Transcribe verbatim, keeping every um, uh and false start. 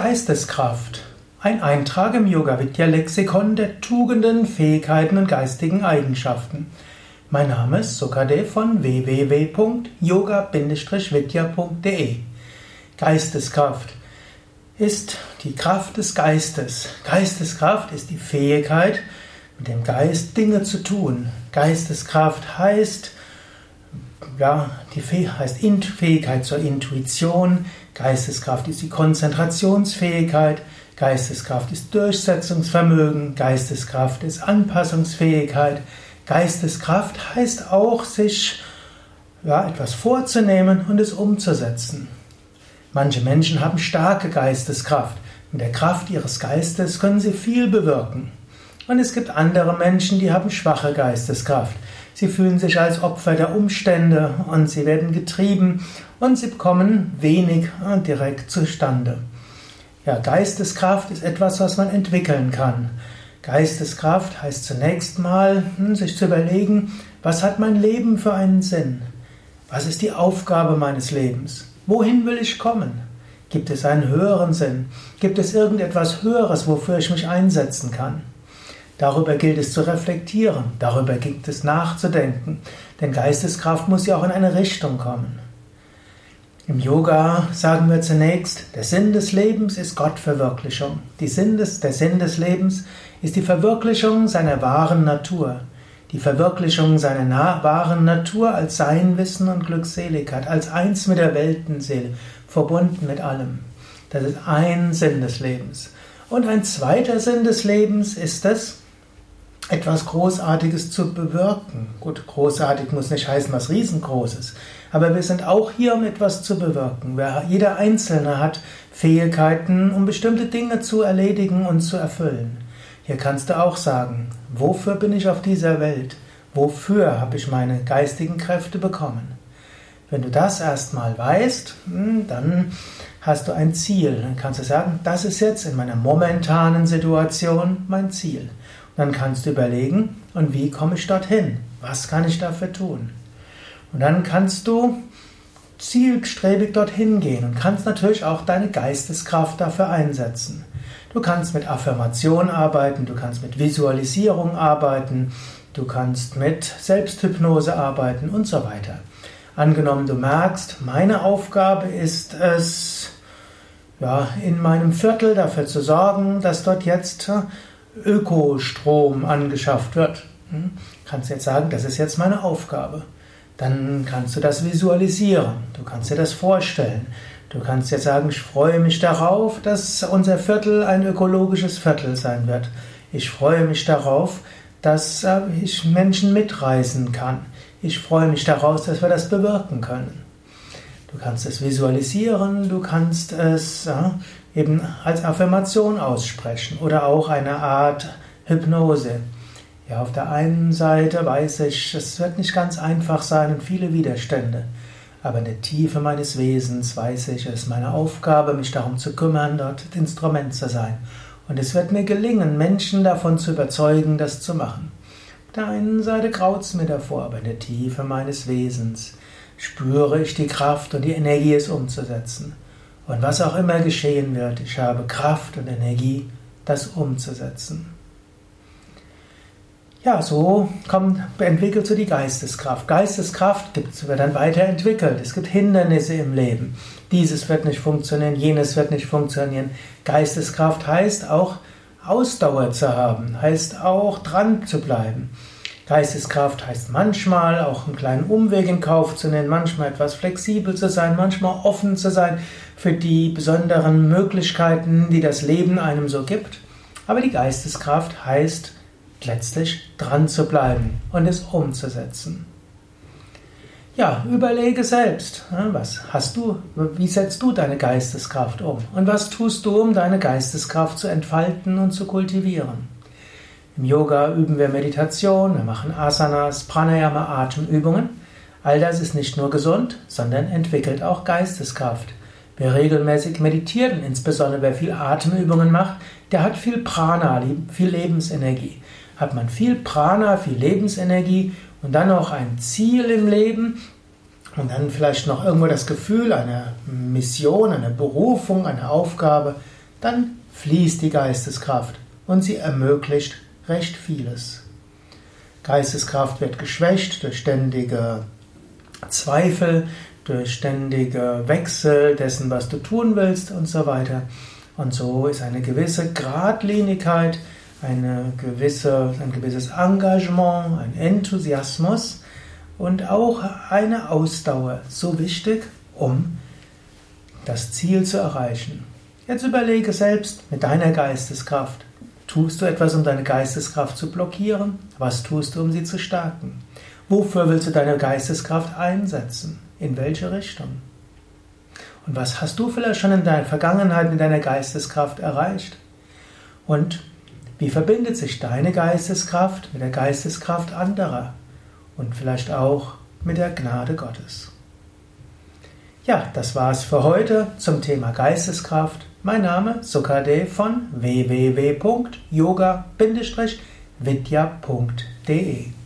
Geisteskraft. Ein Eintrag im Yoga-Vidya-Lexikon der Tugenden, Fähigkeiten und geistigen Eigenschaften. Mein Name ist Sukadev von w w w punkt yoga vidya punkt de. Geisteskraft ist die Kraft des Geistes. Geisteskraft ist die Fähigkeit, mit dem Geist Dinge zu tun. Geisteskraft heißt, ja, die Fäh- heißt Fähigkeit zur Intuition. Geisteskraft ist die Konzentrationsfähigkeit. Geisteskraft ist Durchsetzungsvermögen. Geisteskraft ist Anpassungsfähigkeit. Geisteskraft heißt auch, sich ja, etwas vorzunehmen und es umzusetzen. Manche Menschen haben starke Geisteskraft. Mit der Kraft ihres Geistes können sie viel bewirken. Und es gibt andere Menschen, die haben schwache Geisteskraft. Sie fühlen sich als Opfer der Umstände und sie werden getrieben und sie bekommen wenig direkt zustande. Ja, Geisteskraft ist etwas, was man entwickeln kann. Geisteskraft heißt zunächst mal, sich zu überlegen, was hat mein Leben für einen Sinn? Was ist die Aufgabe meines Lebens? Wohin will ich kommen? Gibt es einen höheren Sinn? Gibt es irgendetwas Höheres, wofür ich mich einsetzen kann? Darüber gilt es zu reflektieren, darüber gilt es nachzudenken, denn Geisteskraft muss ja auch in eine Richtung kommen. Im Yoga sagen wir zunächst, der Sinn des Lebens ist Gottverwirklichung. Die Sinn des, der Sinn des Lebens ist die Verwirklichung seiner wahren Natur. Die Verwirklichung seiner na- wahren Natur als Sein, Wissen und Glückseligkeit, als eins mit der Weltenseele, verbunden mit allem. Das ist ein Sinn des Lebens. Und ein zweiter Sinn des Lebens ist es, etwas Großartiges zu bewirken. Gut, großartig muss nicht heißen, was Riesengroßes. Aber wir sind auch hier, um etwas zu bewirken. Jeder Einzelne hat Fähigkeiten, um bestimmte Dinge zu erledigen und zu erfüllen. Hier kannst du auch sagen, wofür bin ich auf dieser Welt? Wofür habe ich meine geistigen Kräfte bekommen? Wenn du das erstmal weißt, dann hast du ein Ziel. Dann kannst du sagen, das ist jetzt in meiner momentanen Situation mein Ziel. Dann kannst du überlegen, und wie komme ich dorthin? Was kann ich dafür tun? Und dann kannst du zielstrebig dorthin gehen und kannst natürlich auch deine Geisteskraft dafür einsetzen. Du kannst mit Affirmation arbeiten, du kannst mit Visualisierung arbeiten, du kannst mit Selbsthypnose arbeiten und so weiter. Angenommen, du merkst, meine Aufgabe ist es, ja, in meinem Viertel dafür zu sorgen, dass dort jetzt Ökostrom angeschafft wird. Kannst jetzt sagen, das ist jetzt meine Aufgabe. Dann kannst du das visualisieren, du kannst dir das vorstellen. Du kannst jetzt sagen, ich freue mich darauf, dass unser Viertel ein ökologisches Viertel sein wird. Ich freue mich darauf, dass ich Menschen mitreisen kann. Ich freue mich darauf, dass wir das bewirken können. Du kannst es visualisieren, du kannst es ja, eben als Affirmation aussprechen oder auch eine Art Hypnose. Ja, auf der einen Seite weiß ich, es wird nicht ganz einfach sein und viele Widerstände. Aber in der Tiefe meines Wesens weiß ich, es ist meine Aufgabe, mich darum zu kümmern, dort Instrument zu sein. Und es wird mir gelingen, Menschen davon zu überzeugen, das zu machen. Auf der einen Seite graut es mir davor, aber in der Tiefe meines Wesens spüre ich die Kraft und die Energie, es umzusetzen. Und was auch immer geschehen wird, ich habe Kraft und Energie, das umzusetzen. Ja, so kommt, entwickelst du die Geisteskraft. Geisteskraft gibt's, wird dann weiterentwickelt. Es gibt Hindernisse im Leben. Dieses wird nicht funktionieren, jenes wird nicht funktionieren. Geisteskraft heißt auch, Ausdauer zu haben, heißt auch, dran zu bleiben. Geisteskraft heißt manchmal auch einen kleinen Umweg in Kauf zu nehmen, manchmal etwas flexibel zu sein, manchmal offen zu sein für die besonderen Möglichkeiten, die das Leben einem so gibt. Aber die Geisteskraft heißt, letztlich dran zu bleiben und es umzusetzen. Ja, überlege selbst, was hast du, wie setzt du deine Geisteskraft um und was tust du, um deine Geisteskraft zu entfalten und zu kultivieren. Im Yoga üben wir Meditation, wir machen Asanas, Pranayama, Atemübungen. All das ist nicht nur gesund, sondern entwickelt auch Geisteskraft. Wer regelmäßig meditiert und insbesondere wer viel Atemübungen macht, der hat viel Prana, viel Lebensenergie. Hat man viel Prana, viel Lebensenergie und dann noch ein Ziel im Leben und dann vielleicht noch irgendwo das Gefühl einer Mission, einer Berufung, einer Aufgabe, dann fließt die Geisteskraft und sie ermöglicht recht vieles. Geisteskraft wird geschwächt durch ständige Zweifel, durch ständige Wechsel dessen, was du tun willst und so weiter. Und so ist eine gewisse Geradlinigkeit, eine gewisse, ein gewisses Engagement, ein Enthusiasmus und auch eine Ausdauer so wichtig, um das Ziel zu erreichen. Jetzt überlege selbst mit deiner Geisteskraft. Tust du etwas, um deine Geisteskraft zu blockieren? Was tust du, um sie zu stärken? Wofür willst du deine Geisteskraft einsetzen? In welche Richtung? Und was hast du vielleicht schon in deiner Vergangenheit mit deiner Geisteskraft erreicht? Und wie verbindet sich deine Geisteskraft mit der Geisteskraft anderer? Und vielleicht auch mit der Gnade Gottes. Ja, das war's für heute zum Thema Geisteskraft. Mein Name Sukadev von w w w punkt yoga Bindestrich vidya punkt de